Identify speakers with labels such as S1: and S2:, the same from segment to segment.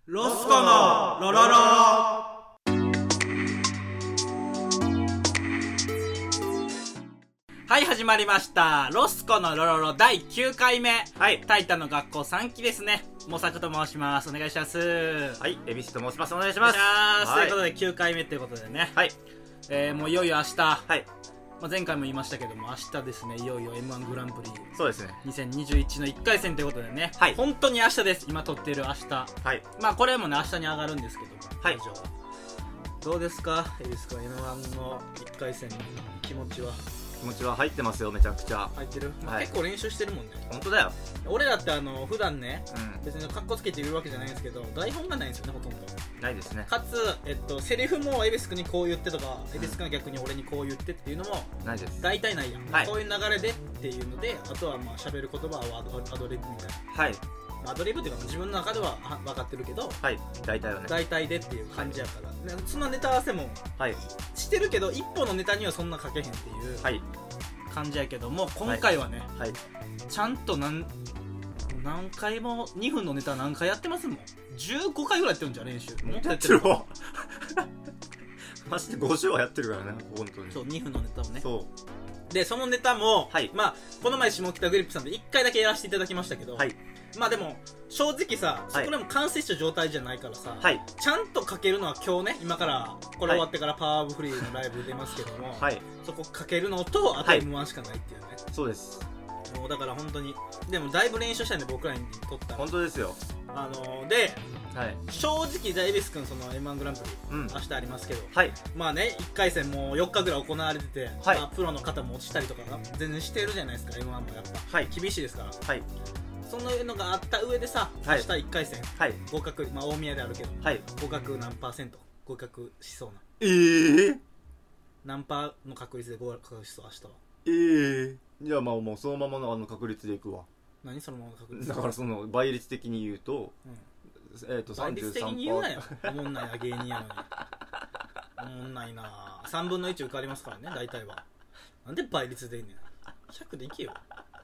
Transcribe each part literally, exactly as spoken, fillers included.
S1: ロスコのロロロ。はい、始まりましたロスコのロロロだいきゅうかいめ。はい、タイタンの学校さんきですね。モサクと申します。お願いします。
S2: はい、エビスと申します。お願いします。
S1: はい、ということできゅうかいめということでね、はい、えー、もういよいよ明日、はい、まあ、前回も言いましたけども、明日ですね、いよいよ エムワン グランプリ、
S2: そうですね、
S1: にせんにじゅういちのいっかいせんということでね、はい、本当に明日です。今撮っている明日、はい、まあこれもね明日に上がるんですけども、はい、どうですか、エビス君、 エムワン のいっかいせんの気持ちは。
S2: 気持ちは入ってますよ、めちゃくちゃ
S1: 入ってる、まあはい、結構練習してるもんね。
S2: 本当だよ。
S1: 俺だってあの普段ね、うん、別にカッコつけて言うわけじゃないんですけど、台本がないんですよね、ほとんど。
S2: ないですね。
S1: かつ、えっと、セリフもエビス君にこう言ってとか、エビス君が逆に俺にこう言ってっていうのも
S2: ないです。
S1: 大体ないやん、はい、そういう流れでっていうので、あとはまあ喋る言葉はアド、アドリブみたいな、はい、アドリブっていうか自分の中では分かってるけど、はい、大体はね、大体でっていう感じやから、はい、そんなネタ合わせもしてるけど、一本のネタにはそんな書けへんっていう、はい、感じやけども、今回はね、はいはい、ちゃんと何何回もにふんのネタ何回やってますもん。じゅうごかいぐらいやってるんじゃん、練習。
S2: もっとやってるわマジでごじゅうはやってるからね、本当に。
S1: そう、にふんのネタをね。そうで、そのネタも、はい、まあこの前下北グリップさんでいっかいだけやらせていただきましたけど、はい、まあでも正直さ、そこでも完成した状態じゃないからさ、はい、ちゃんと書けるのは今日ね、今からこれ終わってからパワーオブフリーのライブ出ますけども、はい、そこ書けるのとあと エムワン しかないっていうね、はい、
S2: そうです。
S1: もうだから本当に、でもだいぶ練習したんで僕らにとったら
S2: 本当ですよ。
S1: あのー、で、はい、正直じゃあエビス君、その エムワン グランプリ、うん、明日ありますけど、はい、まあね、いっかいせんもよっかぐらい行われてて、はい、まあ、プロの方も落ちたりとか全然してるじゃないですか。 エムワン もやっぱ、はい、厳しいですから、はい、そののがあった上でさ、明日いっかいせん、はい、合格、まあ大宮であるけど、はい、合格何パーセント合格しそうな、
S2: えー、
S1: 何パーの確率で合格しそう、明日は。
S2: えー、じゃあまあもうそのままのあの確率でいくわ。
S1: 何そのままの確率
S2: だからその倍率的に言うと、うん、えー、と
S1: 倍率的に言うなよ、おもんないな、芸人やのにおもんないな。さんぶんのいち受かりますからね、大体は。なんで倍率でいいねん。ひゃくでいけよ。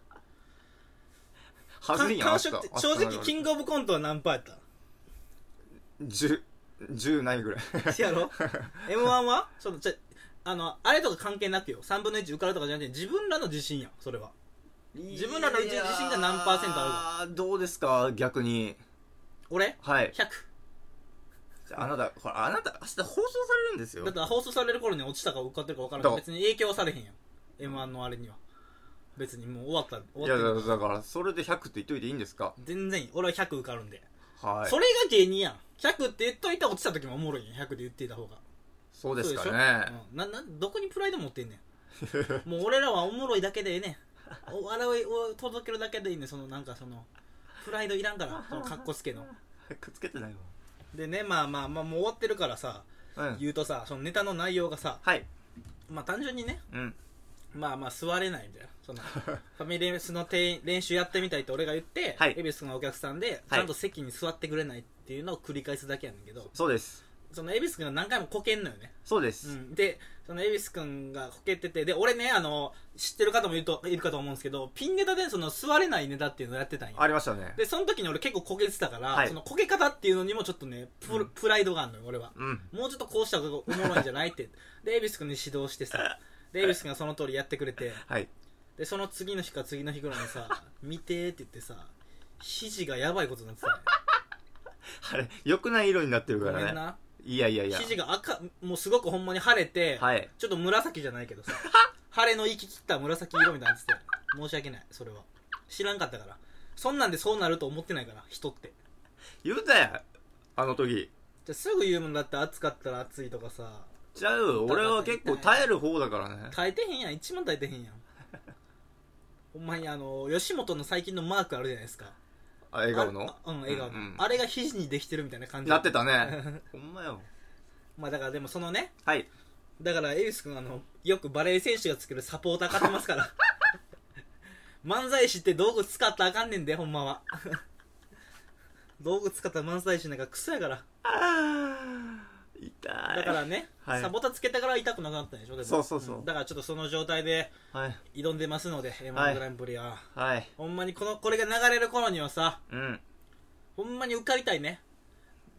S2: はずいやん。
S1: 正直キングオブコントは何パーやった？
S2: じゅう じゅうないぐらい
S1: やろエムワン はそのちゃあのあれとか関係なくよ、さんぶんのいち受かるとかじゃなくて自分らの自信やん。それは自分らの自信が何パーセントあるか。
S2: どうですか逆に。
S1: 俺、はい、ひゃく。
S2: あなた、ほら、あなた明日放送されるんですよ。
S1: だって放送される頃に落ちたか受かってるか分からない。別に影響されへんやん、 エムワン のあれには。別にもう終わった、終わった。
S2: いやだからそれでひゃくって言っといていいんですか。
S1: 全然いい、俺はひゃく受かるんで。はい、それが芸人やん。ひゃくって言っといて落ちた時もおもろいやん、ひゃくで言っていた方が。
S2: そうですかね。
S1: うん、ななどこにプライド持ってんねんもう俺らはおもろいだけでええねん。お笑いを届けるだけでいいねん。そのなんかそのプライドいらんから、そのカッコつけの
S2: くっつけてないわ。で
S1: ね、まあまあまあもう終わってるからさ、うん、言うとさ、そのネタの内容がさ、はい、まあ単純にね、うん、まあまあ座れないみたいな、そのファミレスの練習やってみたいって俺が言って、はい、エビス君がお客さんでちゃんと席に座ってくれないっていうのを繰り返すだけやねんけど、
S2: そうです。
S1: そのエビス君が何回もこけんのよね。
S2: そうです、
S1: うん、でそのエビス君がこけてて、で俺ね、あの知ってる方もいるといるかと思うんですけど、ピンネタでその座れないネタっていうのをやってたんよ。
S2: ありましたね。
S1: でその時に俺結構こけてたから、はい、そのこけ方っていうのにもちょっとね プ,、うん、プライドがあるのよ俺は、うん、もうちょっとこうした方がおもろいんじゃないってでエビス君に指導してさ、でエビス君がその通りやってくれて、はい、でその次の日か次の日ぐらいにさ見てって言ってさ、肘がやばいことになってたね
S2: あれ良くない色になってるからね。ごめんな。いやいやいや、
S1: 肘が赤、もうすごくほんまに腫れて、はい、ちょっと紫じゃないけどさ腫れの息切った紫色みたいになってて申し訳ない、それは知らんかったから。そんなんでそうなると思ってないから人って。
S2: 言うたやあの時。
S1: じゃすぐ言うもんだって、暑かったら暑いとかさ。
S2: ちゃう、俺は結構耐える方だからね。
S1: 耐えてへんやん、一番耐えてへんやんほんまにあの吉本の最近のマークあるじゃないですか、
S2: あ、笑顔の、
S1: うん、笑顔の、うんうん、あれが肘にできてるみたいな感じ
S2: なってたねほんまよ。
S1: まあだからでもそのね、
S2: はい、
S1: だからエビス君あのよくバレー選手が作るサポーター買ってますから漫才師って道具使ったらあかんねんで、ほんまは道具使った漫才師なんかクソやから。
S2: あ痛い。
S1: だからね、はい、サボタつけたから痛くなくなったんでしょ。でも
S2: そうそうそう、
S1: うん、だからちょっとその状態で挑んでますので、はい、エムワン グランプリは、はい、ほんまにこのこれが流れる頃にはさ、うん、ほんまに受かりたいね。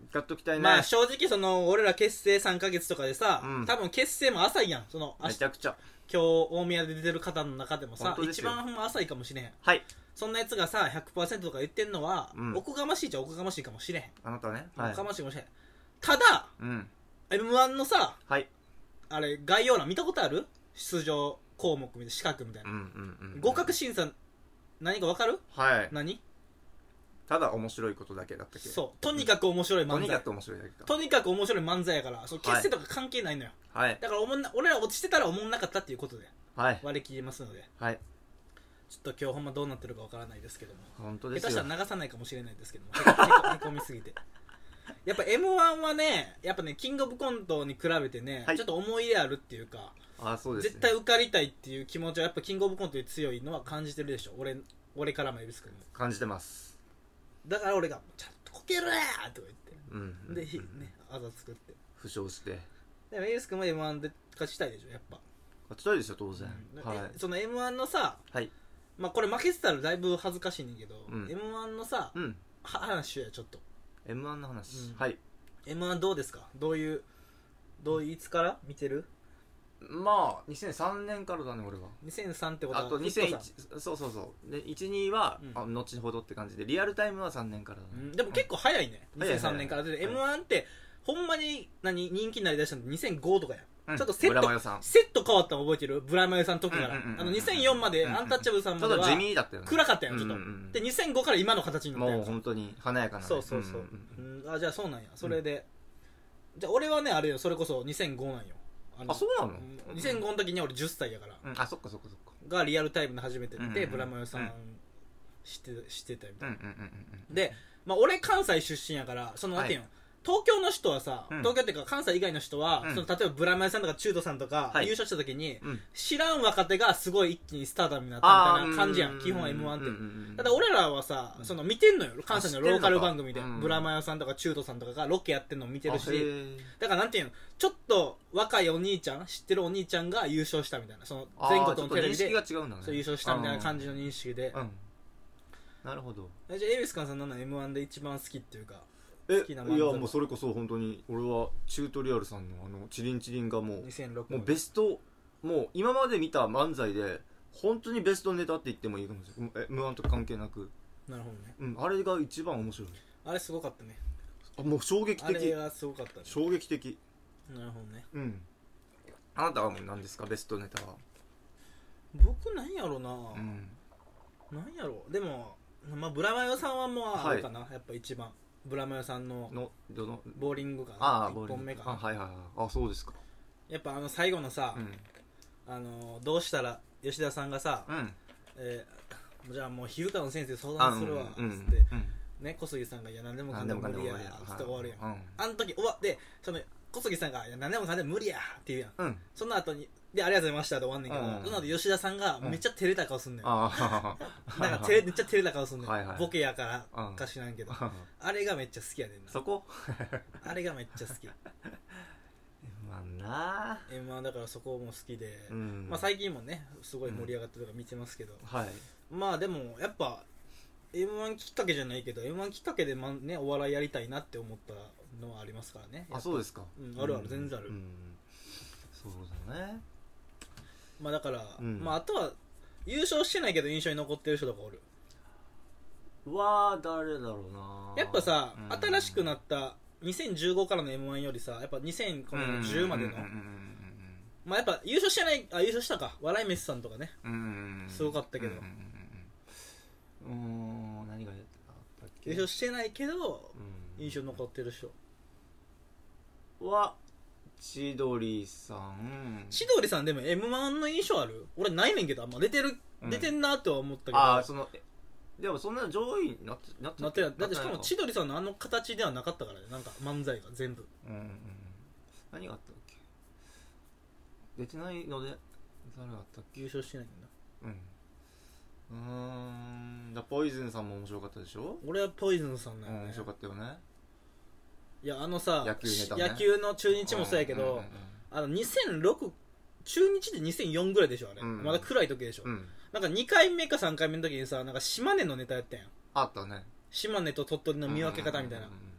S2: 買っときたいね。
S1: まあ正直その俺ら結成さんかげつとかでさ、うん、多分結成も浅いやん。その
S2: めちゃくちゃ
S1: 今日大宮で出てる方の中でもさ一番浅いかもしれへん。
S2: はい。
S1: そんなやつがさ ひゃくパーセント とか言ってんのは、うん、おこがましいっちゃおこがましいかもしれへん。
S2: あなたね、
S1: はい、おこがましいかもしれへん。ただ、うん、エムワン のさ、
S2: はい、
S1: あれ概要欄見たことある？出場項目みたいな資格みたいな、うんうんうん、合格審査何か分かる？
S2: はい。
S1: 何？
S2: ただ面白いことだけだったっけ？
S1: そう、とにかく面白い漫才、
S2: とにかく面白いだけか。
S1: とにかく面白い漫才やから、その結成とか関係ないのよ、
S2: はい、
S1: だからおもんな俺ら落ちてたらおもんなかったっていうことで、
S2: はい、
S1: 割り切りますので、
S2: はい、
S1: ちょっと今日ほんまどうなってるかわからないですけども、
S2: 本当ですよ。
S1: 下手したら流さないかもしれないですけども、へこみすぎてやっぱ エムワン はね、やっぱねキングオブコントに比べてね、はい、ちょっと思い入れあるっていうか、
S2: あ、そうですね、
S1: 絶対受かりたいっていう気持ちはやっぱキングオブコントに強いのは感じてるでしょ。俺俺からもエビス君も
S2: 感じてます。
S1: だから俺がちゃんとこけるやーとか言って、
S2: うんうん、
S1: で、ね、あざ作って
S2: 負傷して、
S1: でもエビス君も エムワン で勝ちたいでしょ。やっぱ
S2: 勝ちたいですよ当然、
S1: うん、はい、その エムワン のさ、はい、まあこれ負けてたらだいぶ恥ずかしいねんけど、うん、エムワン のさ、うん、話やちょっと
S2: エムワン の話、
S1: うん、
S2: はい。
S1: エムワン どうですか？どういうどういういつから見てる？
S2: まあにせんさんねんからだね俺は。
S1: にせんさんってことは
S2: あとにせんいち、そうそうそうでいち、には、うん、あ後ほどって感じでリアルタイムはさんねんからだね、
S1: うん、でも結構早いね、うん、にせんさんねんからで エムワン ってほんまに何人気になりだしたのにせんごとかや、うん、ちょっとセットセット変わったの覚えてる？ブラマヨさんの時から、うんうんうん、あのにせんよんまでアンタッチャブルさんまでは
S2: ちょっと地味だったよね、
S1: 暗かったよちょっと、うんうんうん、でにせんごから今の形になったよ。
S2: もう本当に華やかな、ね、
S1: そうそうそう、うんうんうん、あじゃあそうなんや。それで、うん、じゃあ俺はねあれよ、それこそにせんごなんよ。
S2: あ, あそうなの、
S1: うん、にせんごの時に俺じゅっさいやから、
S2: うん、あそっかそっかそっか
S1: がリアルタイムで初めてで、うんうんうん、ブラマヨさん知って知ってたみたいな、うんうんうんうん、で、まあ、俺関西出身やからそのなんていうの、はい、東京の人はさ、うん、東京っていうか関西以外の人は、うん、その例えばブラマヨさんとかチュートさんとか、はい、優勝した時に、うん、知らん若手がすごい一気にスターダムになったみたいな感じやん基本は エムワン って、うんうんうん、ただ俺らはさ、その見てんのよ関西のローカル番組で、うん、ブラマヨさんとかチュートさんとかがロケやってんのを見てるし、だからなんていうのちょっと若いお兄ちゃん知ってるお兄ちゃんが優勝したみたいな、その全国のテレビで、
S2: ね、そう
S1: 優勝したみたいな感じの認識で、
S2: うん、なるほど。
S1: じゃあエビスカンさんなんなん エムワン で一番好きっていうか
S2: え好きな漫才。いやもうそれこそ本当に俺はチュートリアルさんのあのチリンチリンがもう
S1: にせんろく
S2: もうベスト、もう今まで見た漫才で本当にベストネタって言ってもいいかもしれない。 エムワン と関係なく。
S1: なるほどね、
S2: うん、あれが一番面白い。
S1: あれすごかったね。
S2: あもう衝撃的。
S1: あれがすごかった、ね、
S2: 衝撃的。
S1: なるほどね。
S2: うん。あなたはもう何ですかベストネタは？
S1: 僕なんやろな、うん、なんやろでもまあブラマヨさんはもうあるかな、はい、やっぱ一番ブラマヨさんの
S2: のどの
S1: ボーリングかな、
S2: あ
S1: いっぽんめかな。
S2: あはいはいはい。あそうですか。
S1: やっぱあの最後のさ、うん、あのどうしたら吉田さんがさ、うんえー、じゃあもう皮膚科の先生相談するわっつって、うんうんね、小杉さんがいや何でもかんでも無理やつって終わるやん、うん、あの時終わってその小杉さんがいや何でもかんでも無理やって言うやん、うん、その後にでありがとうございましたで終わんねんけど、うん、その後吉田さんがめっちゃ照れた顔すんねん、うん、なんか照れめっちゃ照れた顔すんねん、はいはい、ボケやからか知らんけど、うん、あれがめっちゃ好きやねんな。
S2: そこ
S1: あれがめっちゃ好き。
S2: エムワン な
S1: エムワン だからそこも好きで、うん、まあ、最近もねすごい盛り上がってるから見てますけど、
S2: うんはい、
S1: まあでもやっぱ エムワン きっかけじゃないけど エムワン きっかけで、まね、お笑いやりたいなって思ったのはありますからね。
S2: あそうですか、
S1: うん、あるある全然ある、うん、
S2: そうだね。
S1: まあだから、うん、まああとは優勝してないけど印象に残ってる人とかおる。
S2: うわー誰だろうな。
S1: やっぱさ、うん、新しくなったにせんじゅうごからの エムワン よりさやっぱにせんじゅうまでのまあやっぱ優勝してないあ優勝したか笑い飯さんとかね、うんすごかったけど、
S2: うんうんうん何があったっけ。
S1: 優勝してないけど、うん、印象に残ってる人
S2: は千鳥さん。
S1: 千鳥さんでも エムワン の印象ある？俺ないねんけど、あんま出てる、うん、出てんなとは思ったけど。
S2: ああそのでもそんな上位になってなってなって
S1: ない。だってしかも千鳥さんのあの形ではなかったからね。なんか漫才が全部。
S2: うんうん。何があったっけ？出てないので誰があったっけ？
S1: 優勝してないんだ。
S2: うん。うーん。だポイズンさんも面白かったでしょ？
S1: 俺はポイズンさんだよね。
S2: 面白かったよね。
S1: いやあのさ
S2: 野球ネタね。
S1: 野球の中日もそうやけど、うんうんうんうん、あのにせんろく中日でにせんよんぐらいでしょあれ、うんうん、まだ暗い時でしょ、うん、なんかにかいめかさんかいめの時にさなんか島根のネタやったやん。
S2: あったね。
S1: 島根と鳥取の見分け方みたいな、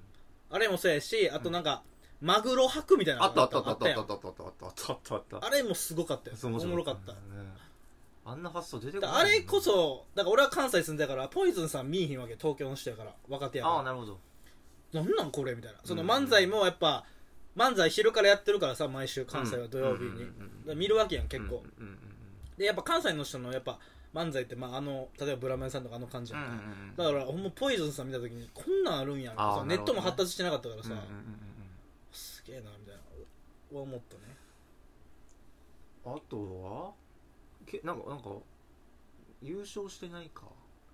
S1: あれもそうやし、あとなんか、うん、マグロ博みたいなの
S2: があったあったあったあったあったあったあったあったあった
S1: あれもすごかったよ。おもろかった、ね、
S2: あんな発想出てこ
S1: ない。あれこそだから俺は関西住んでたからポイズンさん見えひんわけ、東京の人やから若手やから。
S2: ああなるほど。
S1: なんなんこれみたいな。その漫才もやっぱ漫才昼からやってるからさ、毎週関西は土曜日に見るわけやん結構、うんうんうん、でやっぱ関西の人のやっぱ漫才って、まあ、あの例えばブラマヨさんとかあの感じやんか、うんうんうん、だからほんまポイズンさん見た時にこんなんあるんやんか、ネットも発達してなかったからさ、うんうんうんうん、すげえなみたいな思ったね。
S2: あとはけなんかなんか優勝してないか、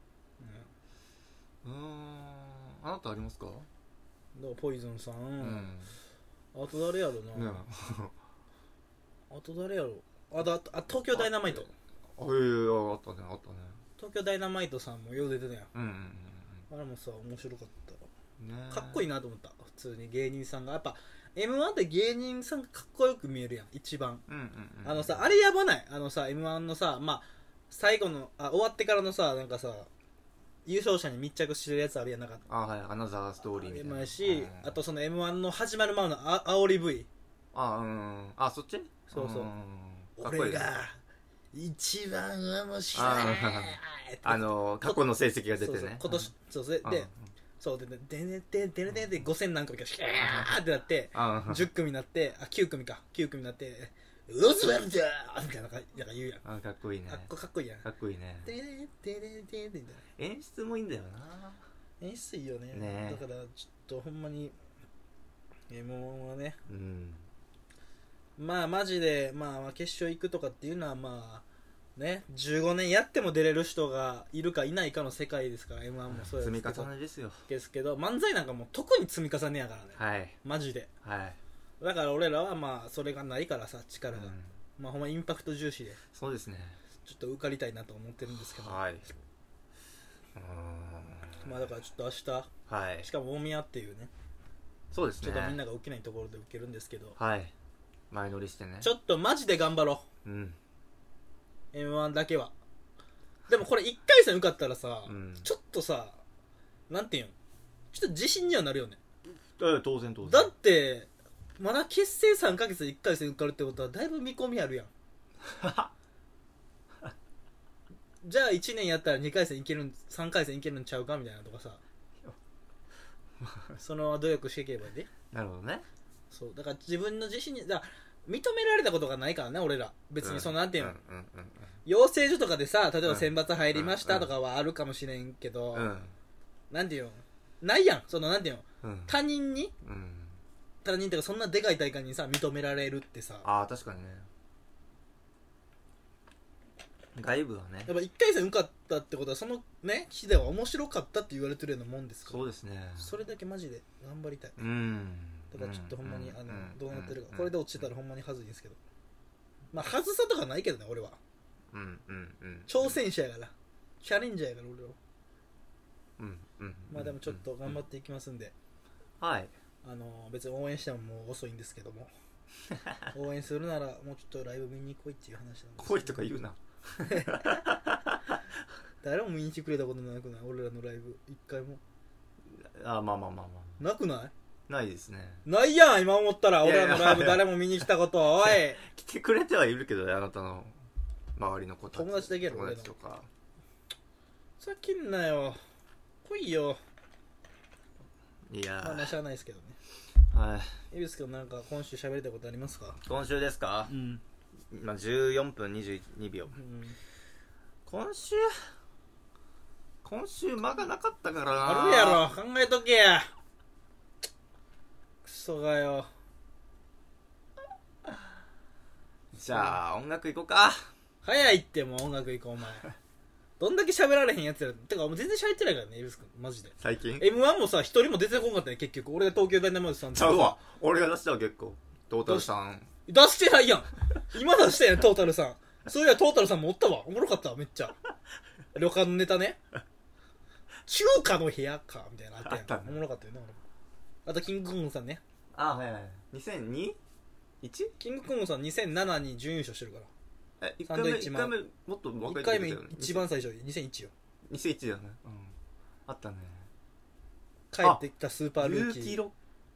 S2: うん、うーんあなたありますか？だ
S1: からポイズンさん、うん、あと誰やろな、ね、あと誰やろ、あとあ東京ダイナマイト。
S2: あいやいやあったねあったね。
S1: 東京ダイナマイトさんもよう出てたやん、うんうんうんうん、あれもさ面白かった、ね、かっこいいなと思った。普通に芸人さんがやっぱ エムワン って芸人さんがかっこよく見えるやん一番、うんうんうん、あのさあれやばない？あのさ エムワン のさ、まあ最後のあ終わってからのさなんかさ優勝者に密着してるやつあるやん、なんか
S2: あはいアナザーストーリーみたいな。
S1: あし、うん、あとその エムワン の始まる前のあ煽り V。
S2: あうんあそっち
S1: そうそう、うん、俺が一番面白い
S2: あの過去の成績が出てね、そうそう
S1: 今年、うん、そうで、うん、でそうでででででででごせん何組かシャーってなってじゅっ組になってあきゅう組かきゅう組になってウズベルジャーみたいななんか言うやん。
S2: あかっこいいね。
S1: かっこかっこいいやん。
S2: かっこいいね。ででででで演出もいいんだよな。
S1: 演出いいよね。ねだからちょっとほんまに エムワン はね、うん、まあマジでまあ決勝行くとかっていうのはまあねじゅうごねんやっても出れる人がいるかいないかの世界ですから エムワン もそうや
S2: 積み重ねですよ。
S1: ですけど漫才なんかもう特に積み重ねやからね。はい。マジで。はい。だから俺らはまあそれがないからさ力が、うん、まあほんまインパクト重視で
S2: そうですね
S1: ちょっと受かりたいなと思ってるんですけど、はい、うんまあだからちょっと明日、はい、しかも大宮っていうね
S2: そうですねちょ
S1: っとみんなが受けないところで受けるんですけど
S2: はい前乗りしてね
S1: ちょっとマジで頑張ろう、うん、エムワン だけは。でもこれいっかい戦受かったらさ、うん、ちょっとさなんていうんちょっと自信にはなるよね。
S2: 当然当然
S1: だってまだ結成さんかげつでいっかい戦受かるってことはだいぶ見込みあるやんじゃあいちねんやったらにかい戦いけるんさんかい戦いけるんちゃうかみたいなとかさその努力していけばいいで。
S2: なるほどね。
S1: そうだから自分の自信にだ認められたことがないからね俺ら別にその、うん、なんていうの、うんうんうん、養成所とかでさ例えば選抜入りましたとかはあるかもしれんけど、うん、なんていうのないやんそのなんていうの、うん、他人に、うん他人とかそんなでかい大会にさ認められるってさ
S2: あ確かにね外部はね
S1: やっぱいっかい戦受かったってことはそのね日では面白かったって言われてるようなもんですから
S2: そうですね
S1: それだけマジで頑張りたいうんだからちょっとほんまに、うん、あの、うん、どうなってるか、うん、これで落ちてたらほんまにはずいんですけどまあはずさとかないけどね俺はうんうんうん挑戦者やからチャレンジャーやから俺はうんうんまあでもちょっと頑張っていきますんで、
S2: うん、はい
S1: あの別に応援してももう遅いんですけども応援するならもうちょっとライブ見に来いっていう話なんです、ね、
S2: 来いとか言うな
S1: 誰も見に来てくれたことなくない俺らのライブ一回も
S2: あまあまあまあま
S1: あなくない
S2: ないですね
S1: ないやん今思ったら俺らのライブ誰も見に来たことおい
S2: 来てくれてはいるけどねあなたの周りの子たち
S1: 友達だけやろ
S2: 友達とか
S1: さっきんなよ来いよ
S2: いや
S1: ーまあしゃあないですけどねはいいいですけどなんか今週喋りたいことありますか
S2: 今週ですかうん今じゅうよんぷんにじゅうにびょう、うん、今週今週間がなかったからな
S1: あるやろ考えとけやクソがよ
S2: じゃあ音楽行こうか
S1: 早いってもう音楽行こうお前どんだけ喋られへんやつやてかもう全然喋ってないからねエビス君マジで
S2: 最近
S1: エムワン もさ一人も出てこんかったね結局俺が東京ダイナマイトさん
S2: ちゃうわ俺が出したわ結構トータルさん
S1: 出してないやん今出したやんトータルさんそういやトータルさんもおったわおもろかったわめっちゃ旅館のネタね中華の部屋かみたいなのあったやん、ね、おもろかったよね俺あとキングコングさんね
S2: あはいはい にせんに? いち?
S1: キングコングさんにせんななに準優勝してるから
S2: えいっかいめいっかいめもっと
S1: 若い時だよねいっかいめ一番最初にせんいちよ
S2: にせんいちだよねうんあったね
S1: 帰ってきたスーパールーキー
S2: ルーキーロッ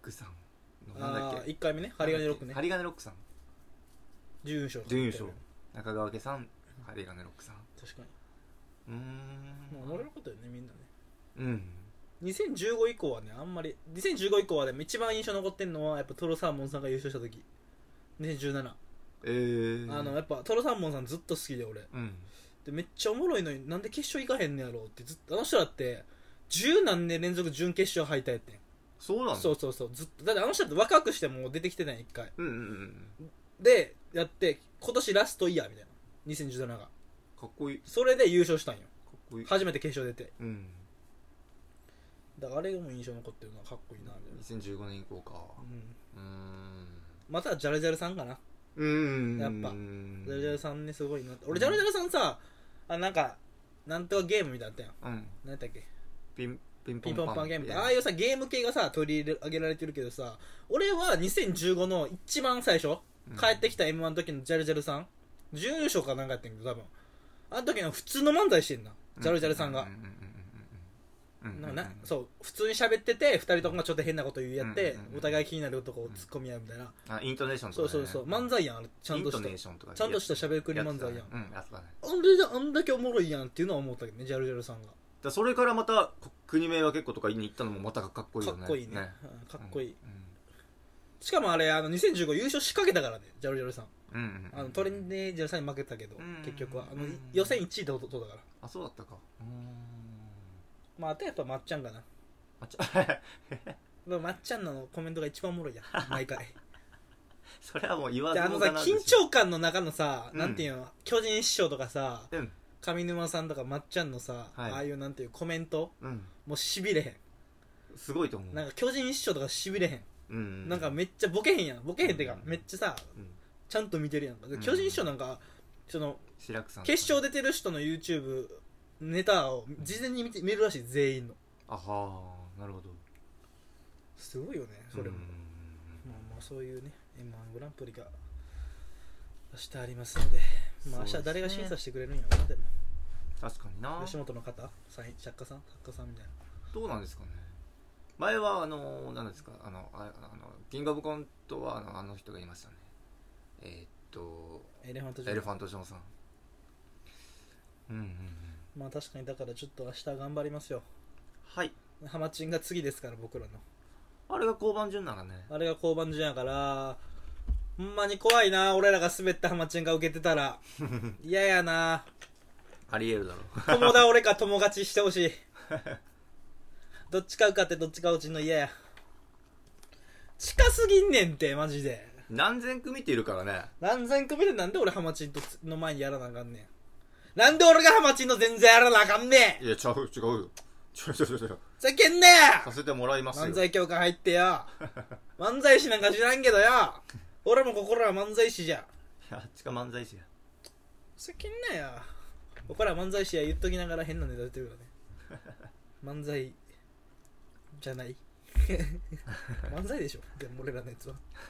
S2: クさん
S1: のなんだっけいっかいめね針金ロックね
S2: 針金ロックさん
S1: 準優勝
S2: 準優勝中川家さん針金ロックさん
S1: 確かに
S2: うーん
S1: まあおもろいことよねみんなね
S2: うん
S1: にせんじゅうご以降はねあんまりにせんじゅうご以降はでも一番印象残ってんのはやっぱトロサーモンさんが優勝した時にせんじゅうなな
S2: えー、
S1: あのやっぱトロサーモンさんずっと好きで俺、うん、でめっちゃおもろいのになんで決勝行かへんねやろうってずっとあの人だって十何年連続準決勝敗退やってん
S2: そうなの
S1: そうそうそうずっとだってあの人だって若くしてもう出てきてない一回、
S2: うんうんうん、
S1: でやって今年ラストイヤーみたいなにせんじゅうななが
S2: かっこいい
S1: それで優勝したんよか
S2: っこいい
S1: 初めて決勝出て、
S2: うん、
S1: だからあれがもう印象残ってるのはかっこいいなみたいな
S2: にせんじゅうごねん以降か
S1: うん、うー
S2: ん
S1: またジャルジャルさんかな
S2: うん
S1: やっぱジャルジャルさんねすごいなって俺ジャルジャルさんさあなんかなんとかゲームみたいなのあったやん、うん、何やったっけ
S2: ピンピンポ
S1: ンパンパンゲームみたいなああいうさゲーム系がさ取り上げられてるけどさ俺はにせんじゅうごの一番最初、うん、帰ってきた エムワン の時のジャルジャルさん準優勝かなんかやってんけど多分あの時の普通の漫才してんなジャルジャルさんがなんかなそう普通に喋っててふたりともがちょっと変なこと言うやって、うんうんうん、お互い気になるとこを突っ込み合うみたいな、
S2: あイントネーションとか、ね、
S1: そうそうそう漫才やんあれちゃんとしたちゃんとした喋りくり漫才やん、
S2: うん、やつだね、
S1: あれであんだけおもろいやんっていうのは思ったけどねジャルジャルさんが
S2: だそれからまた国名は結構とかに行ったのもまたかっこいいよね
S1: かっこいいね、
S2: ね
S1: かっこいい、うんうん、しかもあれあのにせんじゅうご優勝しかけたからねジャルジャルさん、うんうんうん、あのトレンデジャルさんに負けたけど、うんうん、結局はあの、うんうん、予選いちいで取ったから
S2: あそうだったかうーん
S1: まああとやっぱまっちゃんかな
S2: まっちゃん
S1: まっちゃんのコメントが一番おもろいやん毎回
S2: それはもう言わず
S1: もがな緊張感の中のさ、うん、なんていうの巨人師匠とかさ、うん、上沼さんとかまっちゃんのさ、はい、ああいうなんていうコメント、うん、もうしびれへん
S2: すごいと思う
S1: なんか巨人師匠とかしびれへん、うんうん、なんかめっちゃボケへんやんボケへんってか、うん、めっちゃさ、うん、ちゃんと見てるやんか巨人師匠なんかその決勝出てる人の YouTube ネタを事前に見て見るらしい全員の
S2: あはーなるほど
S1: すごいよねそれもまあまあそういうね エムワン グランプリが明日ありますのでまあ明日誰が審査してくれるんやろなでも
S2: 確かにな
S1: 吉本の方作家さん作家さんみたいな
S2: どうなんですかね前はあの何ですかあのああのキングオブコントはあのあの人がいましたねえー、っと
S1: エレファント
S2: ジョンエレファントジョンさんうんうんうん
S1: まあ確かにだからちょっと明日頑張りますよ
S2: はい
S1: ハマチンが次ですから僕らの
S2: あれが交番順ならね
S1: あれが交番順やからほんまに怖いな俺らが滑ったハマチンが受けてたら嫌やな
S2: ありえるだろ
S1: 友倒れか友勝ちしてほしいどっちか受かってどっちか落ちんの嫌や近すぎんねんってマジで
S2: 何千組っているからね
S1: 何千組でなんで俺ハマチンとの前にやらなあかんねんなんで俺がハマチンの全然やらなあかんね
S2: んいやちゃう違うよちょちょちょちょ
S1: ふざけんなよ
S2: させてもらいますよ
S1: 漫才協会入ってよ漫才師なんか知らんけどよ俺も心は漫才師じゃ
S2: あっちか漫才師や
S1: ふざけんなよ僕ら漫才師や言っときながら変なネタ出てるからね漫才じゃない漫才でしょでも俺らのやつは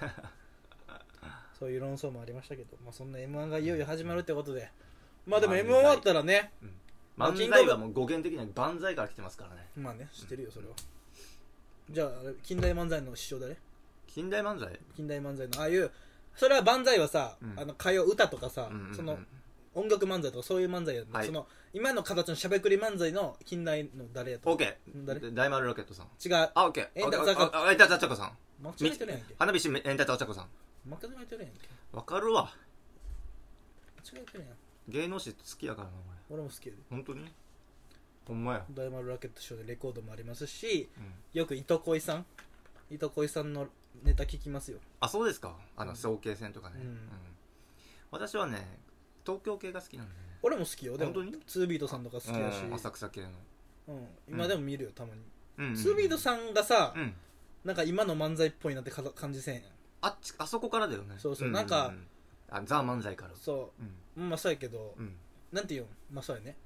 S1: そういう論争もありましたけど、まあ、そんな エムワン がいよいよ始まるってことでまあでも エムワン 終わったらね、うん
S2: 漫才はもう語源的には万歳から来てますからね
S1: まあね知ってるよそれは、うん、じゃあ近代漫才の師匠誰
S2: 近代漫才
S1: 近代漫才のああいうそれは万歳はさ、うん、あの歌謡歌とかさ、うんうんうん、その音楽漫才とかそういう漫才やる、はい、その今の形のしゃべくり漫才の近代の誰やと
S2: OK 誰大丸ロケットさん
S1: 違う
S2: あ OK エンタータチャコさん
S1: 間違えてるやんけ
S2: 花火師エンタータチャコさん
S1: 間違えてるやんけ
S2: わかるわ
S1: 間違えてるやん
S2: 芸能史好きやからな
S1: 俺も好きやで
S2: 本当にほんまや
S1: 大丸ラケットショーでレコードもありますし、うん、よく糸恋さん糸恋さんのネタ聞きますよ
S2: あそうですかあの早慶戦とかね、うんうん、私はね東京系が好きなんで、ね、
S1: 俺も好きよでも本当にツービートさんとか好きやし、
S2: うん、浅草系の、
S1: うん、今でも見るよたまに、うん、ツービートさんがさ、うん、なんか今の漫才っぽいなって感じせん
S2: あっちあそこからだよね
S1: そうそう、うんうんうん、なんか
S2: あザ漫才から
S1: そう、うん、まあそうやけど、うん、なんていうのまあそうやね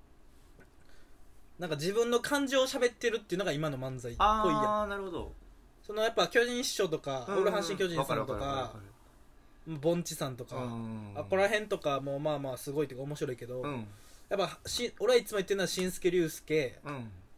S1: なんか自分の感情を喋ってるっていうのが今の漫才っぽいやん
S2: ああなるほど
S1: そのやっぱ巨人師匠とか、うんうん、俺阪神巨人さんとかボンチさんとか、うん、あこら辺とかもまあまあすごいというか面白いけど、うん、やっぱし俺はいつも言ってるのは新助竜介、うん、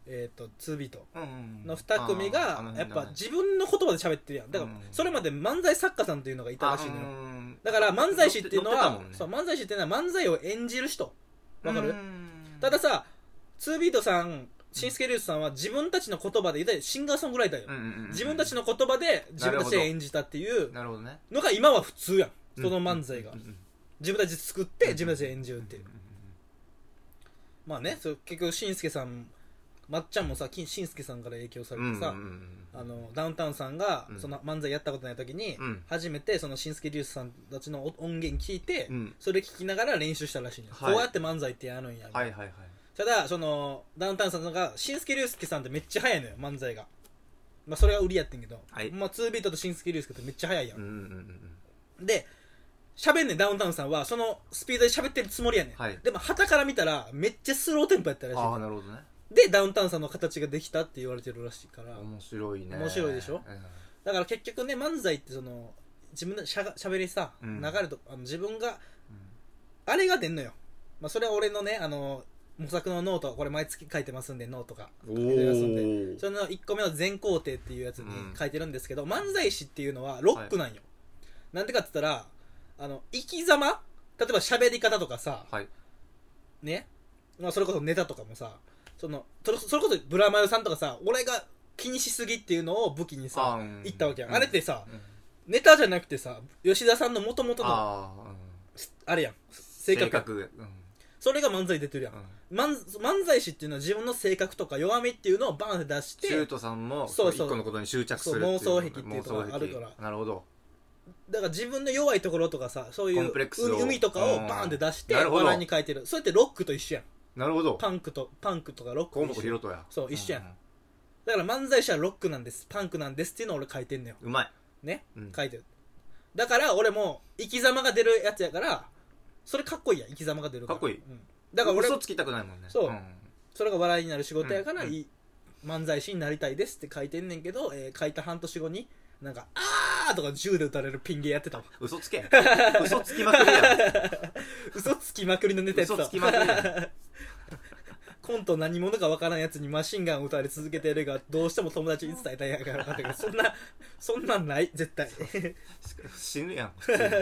S1: えー、とツービートのに組がやっぱ自分の言葉で喋ってるやん。だからそれまで漫才作家さんっていうのがいたらしいのよ。だから漫才師っていうのは、ね、そう漫才師っていうのは漫才を演じる人わかる。たださツービートさんしんすけりゅうさんは自分たちの言葉で言うたらシンガーソングライターよ、うんうんうんうん、自分たちの言葉で自分たちで演じたっていうのが今は普通やん。その漫才が、うんうんうん、自分たちで作って自分たちで演じるっていう、うんうんうん、まあねそ結局しんすけさんまっちゃんもさしんすけさんから影響されてさ、うんうんうん、あのダウンタウンさんがその漫才やったことない時に、うん、初めてそのしんすけりゅうさんたちの音源聞いて、うん、それ聞きながら練習したらしいん、はい、こうやって漫才ってやるんやみたいな、はいはいはい、ただそのダウンタウンさんがしんすけりゅうすけさんってめっちゃ速いのよ漫才が、まあ、それが売りやってんけど、はい、まあ、ツービートとしんすけりゅうすけってめっちゃ速いやん、うんうんうん、で喋んねんダウンタウンさんはそのスピードで喋ってるつもりやねん、はい、でも旗から見たらめっちゃスローテンポやったらしい。ああなるほどね。でダウンタウンさんの形ができたって言われてるらしいから
S2: 面白いね。
S1: 面白いでしょ、うん、だから結局ね漫才ってその自分でしゃしゃべりさ、うん、流れとあの自分が、うん、あれが出んのよ、まあ、それは俺のねあの模索のノートこれ毎月書いてますんでノートが書いてますんでそのいっこめの全工程っていうやつに書いてるんですけど、うん、漫才師っていうのはロックなんよ、はい、なんでかって言ったらあの生き様例えば喋り方とかさ、はい、ね、まあ、それこそネタとかもさそのそれこそブラマヨさんとかさ俺が気にしすぎっていうのを武器にさ、うん、言ったわけやん、うん、あれってさ、うん、ネタじゃなくてさ吉田さんの元々の あ,、うん、あれやん性格, 性格、うん、それが漫才出てるやん、うん、漫, 漫才師っていうのは自分の性格とか弱みっていうのをバーンって出して
S2: シュートさんもそうそう一個のことに執着するっていう
S1: 妄想癖っていうのがあるから
S2: なるほど。
S1: だから自分の弱いところとかさそういう海とかをバーンって出して笑いに変えてる。それってロックと一緒やん。
S2: なるほど。
S1: パンクとパンクとかロック
S2: と一緒。河本ひろとや。
S1: そう一緒やん、うんうん、だから漫才師はロックなんですパンクなんですっていうのを俺書いてんのよ。
S2: うまい
S1: ね、うん、書いてる。だから俺も生き様が出るやつやからそれかっこいいやん。生き様が出るから
S2: かっこいい、うん、
S1: だから俺
S2: 嘘つきたくないもんね。
S1: そう、うん、それが笑いになる仕事やから、うんうん、漫才師になりたいですって書いてんねんけど、えー、書いた半年後になんかあーとか銃で撃たれるピン芸やってたわ。
S2: 嘘つけ嘘つきまくりやん
S1: 嘘つきまくりのネタやってた。
S2: 嘘つきまくりやん
S1: コント何者かわからんやつにマシンガン撃たれ続けてるがどうしても友達に伝えたいやからかそんなそんなんない絶対
S2: 死ぬやん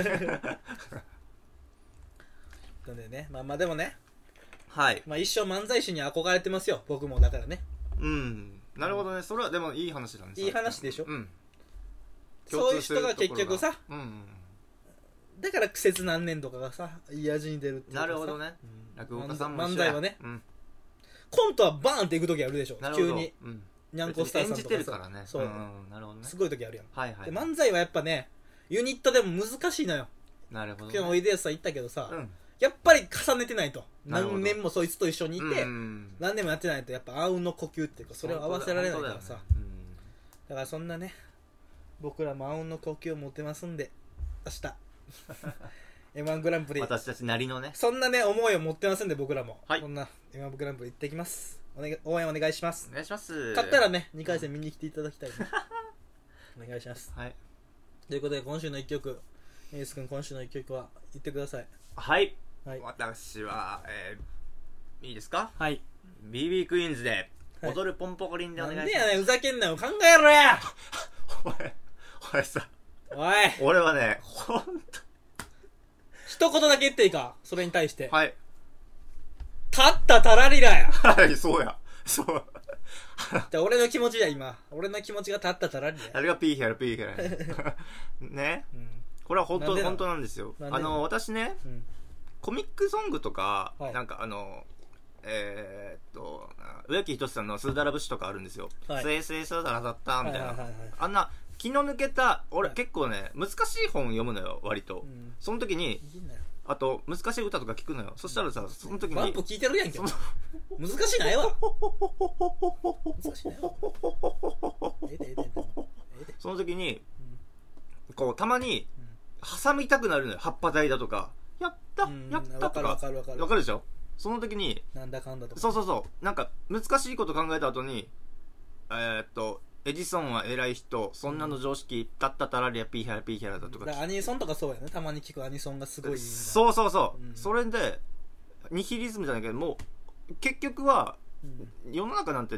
S1: なんでねまあまあでもね
S2: はい、
S1: まあ、一生漫才師に憧れてますよ僕も。だからね
S2: うんなるほどね。それはでもいい話なんです。
S1: いい話でしょ、うん、
S2: そう
S1: いう人が結局さ、うんうん、だから苦節何年とかがさいい味に出るっていうかさ。
S2: なるほどね、うん、落語家さんも
S1: 漫才はね、うん、コントはバーンっていく時あるでしょ急に、うん、ニャンコスターさんとかさ
S2: 演じてるからね。
S1: そう、うん
S2: うん、なるほどね。
S1: すごい時あるやん、
S2: はいはい、
S1: で漫才はやっぱねユニットでも難しいのよ。
S2: なるほど、ね、
S1: 今日もおいでやすさん言ったけどさ、うん、やっぱり重ねてないと何年もそいつと一緒にいて、うん、何年もやってないとやっぱあうんの呼吸っていうかそれを合わせられないからさ、だ,、ねうん、だからそんなね僕らもあうんの呼吸を持ってますんで明日エムワン グランプリ
S2: 私たちなりのね
S1: そんなね思いを持ってますんで僕らも、はい、そんな エムワン グランプリ行ってきます。お願い応援お願いします。
S2: お願いします。
S1: 勝ったらねにかい戦見に来ていただきたい、ね、お願いします、はい、ということで今週のいっきょくエース君今週のいっきょくは言ってください。
S2: はい、はい、私は、えー、いいですか。はい ビービー クイーンズで踊るポンポコリンでお願いします。
S1: なんでやねんふざけんなよ考えろや
S2: お前お前さ
S1: おい
S2: 俺はねほんと
S1: 一言だけ言っていいかそれに対して。
S2: はい
S1: 立ったたらりらや
S2: はいそうやそう
S1: じゃ俺の気持ちや今俺の気持ちが立ったたらりや
S2: あれがピーヒャルピーヒャルね、うん、これは本当本当なんですよ。あの私ね、うん、コミックソングとか、はい、なんかあのえー、っと植木仁さんのスーダラ節とかあるんですよ。はい、スエスエスダラダッタみたいな、はいはいはいはい、あんな気の抜けた俺、はい、結構ね難しい本読むのよ割と、うん、その時にあと難しい歌とか聞くのよ。そしたらさその時に
S1: バンプ聞いてるやんけ難しないわ難しないわえでえでえで
S2: その時に、うん、こうたまに挟みたくなるのよ。葉っぱ台だとかやったやったとか
S1: わかるわかる
S2: わかるでしょ。その時に
S1: なんだかんだとか
S2: そうそうそうなんか難しいこと考えた後にえー、っとエジソンは偉い人そんなの常識、うん、たったたらりやピーヒャラピーヒャラだとか
S1: アニソンとかそうやね。たまに聞くアニソンがすごい
S2: そうそうそう、うん、それでニヒリズムじゃないけどもう結局は、うん、世の中なんて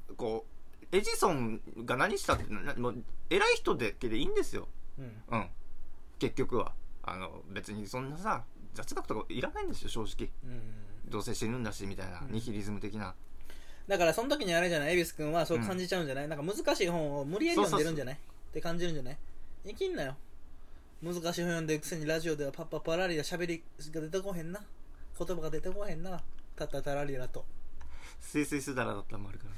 S2: こうエジソンが何したってもう偉い人ででいいんですよ、うん、うん、結局はあの別にそんなさ雑学とかいらないんですよ正直、うん、どうせ死ぬんだしみたいな、うん、ニヒリズム的な。
S1: だからその時にあれじゃない、恵比寿君はそう感じちゃうんじゃない、うん、なんか難しい本を無理やり読んでるんじゃないって感じるんじゃない。生きんなよ、難しい本読んでるくせにラジオではパッパパラリラ喋りが出てこへんな、言葉が出てこへんな、たったたらりらと
S2: スイスイスダラだったのもあるからね。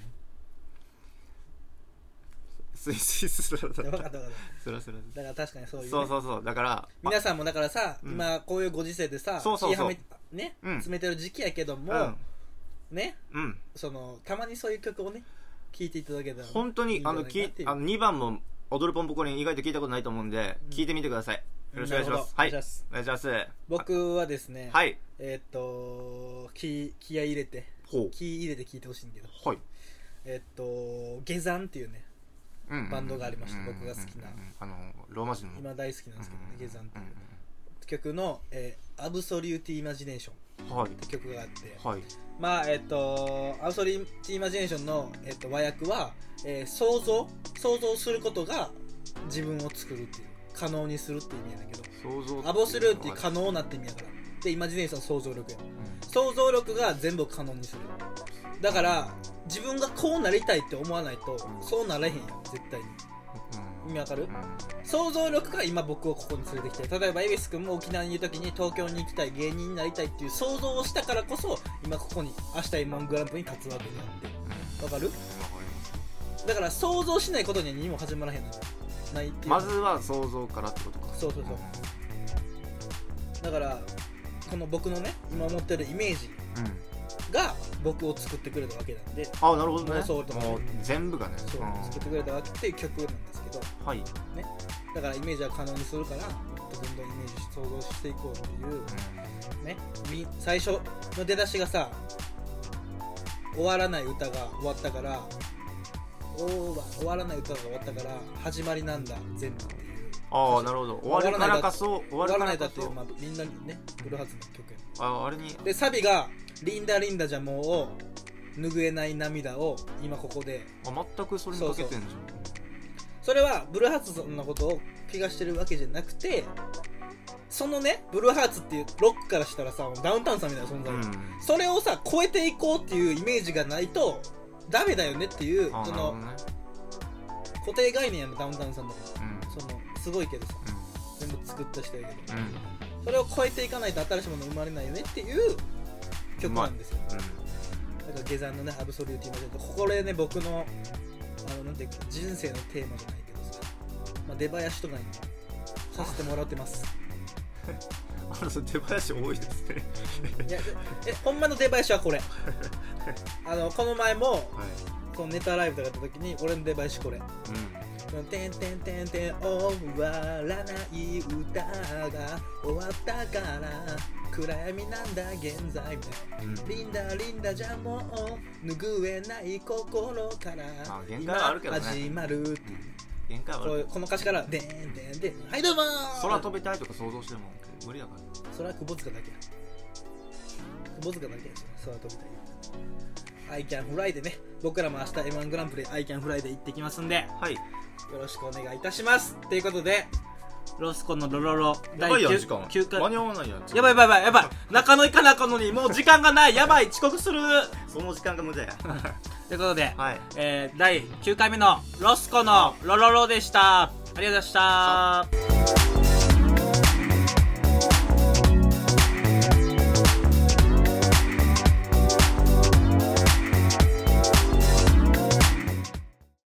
S2: スイスイスダラだった。分かった分かった。スラスラ
S1: だから確かにそういう、ね、
S2: そうそうそう。だから
S1: 皆さんもだからさ、うん、今こういうご時世でさ、
S2: そうそうそう、
S1: ね、うん、詰めてる時期やけども、うん、ね、うん、そのたまにそういう曲をね聴いていただけたら
S2: 本当にあのきあのにばんも踊るポンポコリン意外と聞いたことないと思うんで、うん、聞いてみてください。よろしくお願いします。はい、お願いします。
S1: 僕はですね、
S2: はい、
S1: えっと気気合い入れて気入れて聞いてほしいんだけど、
S2: はい、
S1: えっと下山っていうね、うん、バンドがありまして、僕が好きな、
S2: あのローマ字の
S1: 今大好きなんですけどね、下山っていう曲の、えー、アブソリューティイマジネーションって曲があって、はい、まあえっとアブソリューティイマジネーションの、えっと、和訳は、えー、想像想像することが自分を作るっていう可能にするっていう意味やねんけど、アブソリューティ可能なって意味やから、でイマジネーション想像力や、うん、想像力が全部可能にする。だから自分がこうなりたいって思わないとそうなれへんやん絶対に、うん、意味わかる、うん、想像力が今僕をここに連れてきて、例えば恵比寿君も沖縄にいる時に東京に行きたい芸人になりたいっていう想像をしたからこそ今ここに明日 エムワン グランプリに立つわけであって、わかる？だから想像しないことには何も始まらへんのないっていう。
S2: まずは想像からってことか。
S1: そうそうそう、うん、だからこの僕のね今思ってるイメージが僕を作ってくれたわけなんで、
S2: ああなるほどね、
S1: そうとか、ね、
S2: もう全部がね
S1: そう作ってくれたわけっていう曲なんですけど、
S2: はい
S1: ね、だからイメージは可能にするからどんどんイメージ想像していこうっていう、うん、ね、最初の出だしがさ終わらない歌が終わったから終わらない歌が終わったから始まりなんだ全部っていう。
S2: ああなるほど、終わるからかそう
S1: 終わらないだっていう、まあ、みんなにねブルーハーツの曲や、
S2: ああれに
S1: でサビがリンダリンダじゃもうを拭えない涙を今ここで、
S2: あ全くそれにかけてんじゃん。
S1: そうそう、それはブルーハーツのことを怪我してるわけじゃなくて、そのねブルーハーツっていうロックからしたらさダウンタウンさんみたいな存在、うん、それをさ超えていこうっていうイメージがないとダメだよねっていう、その、ね、固定概念やんダウンタウンさんの、うん、そのすごいけどさ、うん、全部作った人やけど、うん、それを超えていかないと新しいもの生まれないよねっていう曲なんですよ、うん、だから下山のねアブソリューティマジェント、これね僕のあのなんていうか人生のテーマじゃないけどさ、まあ、出囃子とかにさせてもらってます
S2: あの出囃子多いですね
S1: いやえほんまの出囃子はこれあのこの前も、はい、このネタライブとかやった時に俺の出囃子これ、うん、てんてんてんてん終わらない歌が終わったから暗闇なんだ現在みたいな、うん、リンダリンダじゃもう拭えない心から今始まるっていう、
S2: 限界はある。
S1: この歌詞からでんでんでんはいどうもー
S2: 空飛びたいとか想像しても無理だから。
S1: それは窪塚だけや窪塚だけや空飛びたいアイキャンフライでね、僕らも明日 エムワン グランプリアイキャンフライで行ってきますんで、
S2: はい、よ
S1: ろしくお願いいたします。ということでロスコのロロロ
S2: だいきゅうかい間に合わないやん。
S1: やばいやばいやばいやばい中野行かなあかんのにもう時間がないやばい遅刻する
S2: その時間が無駄や
S1: ということで、
S2: はい、
S1: えー、だいきゅうかいめのロスコのロロロでした。ありがとうございました。